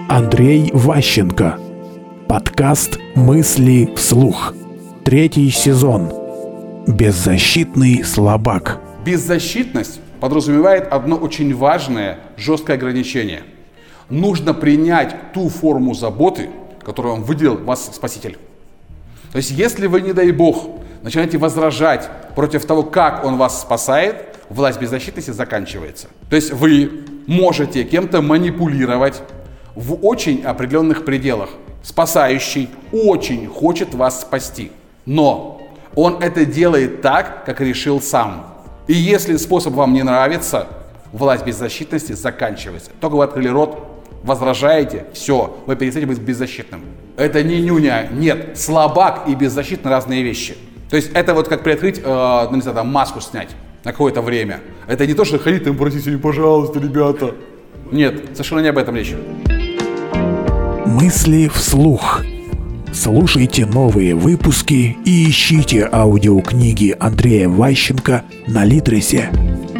Андрей Ващенко. Подкаст «Мысли вслух». 3 сезон. Беззащитный слабак. Беззащитность подразумевает одно очень важное, жесткое ограничение. Нужно принять ту форму заботы, которую вам выделил вас Спаситель. То есть, если вы, не дай Бог, начинаете возражать против того, как Он вас спасает, власть беззащитности заканчивается. То есть, вы можете кем-то манипулировать в очень определенных пределах. Спасающий очень хочет вас спасти, но Он это делает так, как решил сам. И если способ вам не нравится, власть беззащитности заканчивается. Только вы открыли рот, возражаете, все, вы перестаете быть беззащитным. Это не нюня, нет, слабак и беззащитный разные вещи. То есть это вот как приоткрыть, не знаю, маску снять на какое-то время. Это не то, что ходить там просить, пожалуйста, ребята. Нет, совершенно не об этом речь. Мысли вслух. Слушайте новые выпуски и ищите аудиокниги Андрея Ващенко на Литресе.